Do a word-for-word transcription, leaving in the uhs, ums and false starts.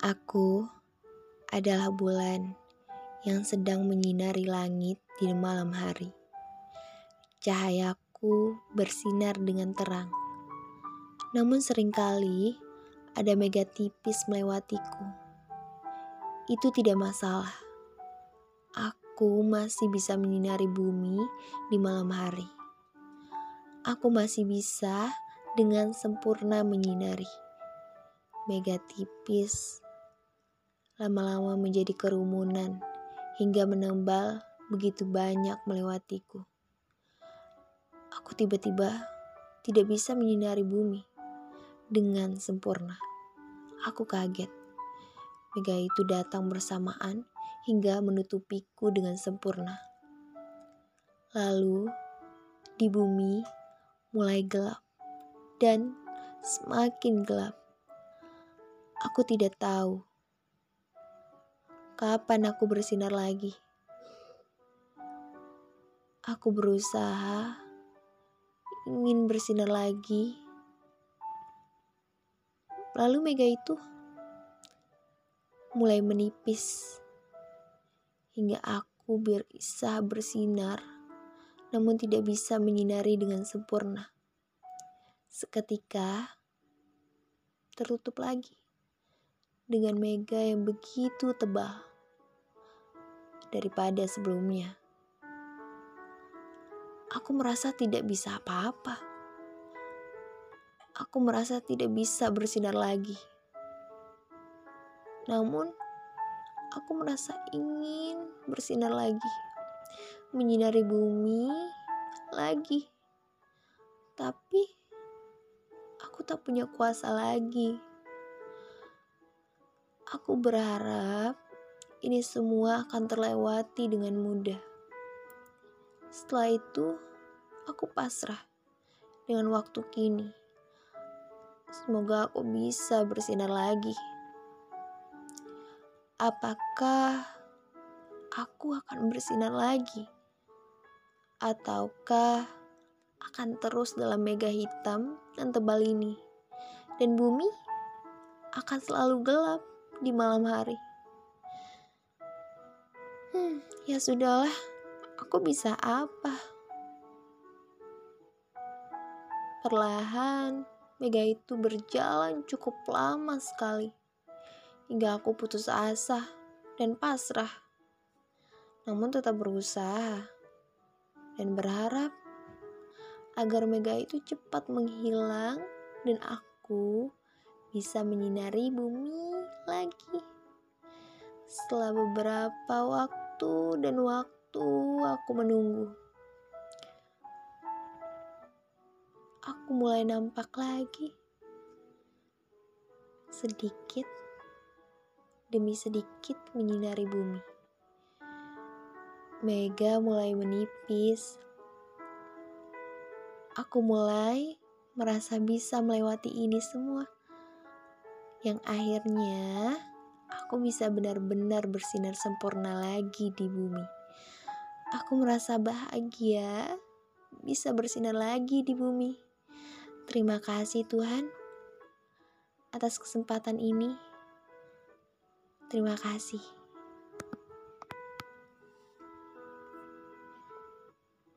Aku adalah bulan yang sedang menyinari langit di malam hari. Cahayaku bersinar dengan terang. Namun seringkali ada mega tipis melewatiku. Itu tidak masalah. Aku masih bisa menyinari bumi di malam hari. Aku masih bisa dengan sempurna menyinari. Mega tipis lama-lama menjadi kerumunan hingga menembal begitu banyak melewatiku. Aku tiba-tiba tidak bisa menyinari bumi dengan sempurna. Aku kaget. Mega itu datang bersamaan hingga menutupiku dengan sempurna. Lalu di bumi mulai gelap dan semakin gelap. Aku tidak tahu kapan aku bersinar lagi. Aku berusaha ingin bersinar lagi. Lalu mega itu mulai menipis hingga aku bisa bersinar namun tidak bisa menyinari dengan sempurna. Seketika tertutup lagi dengan mega yang begitu tebal daripada sebelumnya. Aku merasa tidak bisa apa-apa. Aku merasa tidak bisa bersinar lagi. Namun, aku merasa ingin bersinar lagi, menyinari bumi lagi. Tapi, aku tak punya kuasa lagi. Aku berharap ini semua akan terlewati dengan mudah. Setelah itu, aku pasrah dengan waktu kini. Semoga aku bisa bersinar lagi. Apakah aku akan bersinar lagi? Ataukah akan terus dalam mega hitam dan tebal ini? Dan bumi akan selalu gelap di malam hari. Hmm, ya sudahlah. Aku bisa apa? Perlahan, mega itu berjalan cukup lama sekali. Hingga aku putus asa dan pasrah. Namun tetap berusaha. Dan berharap agar mega itu cepat menghilang dan aku bisa menyinari bumi lagi. Setelah beberapa waktu dan waktu aku menunggu, aku mulai nampak lagi. Sedikit demi sedikit menyinari bumi. Mega mulai menipis. Aku mulai merasa bisa melewati ini semua. Yang akhirnya aku bisa benar-benar bersinar sempurna lagi di bumi. Aku merasa bahagia bisa bersinar lagi di bumi. Terima kasih Tuhan atas kesempatan ini. Terima kasih.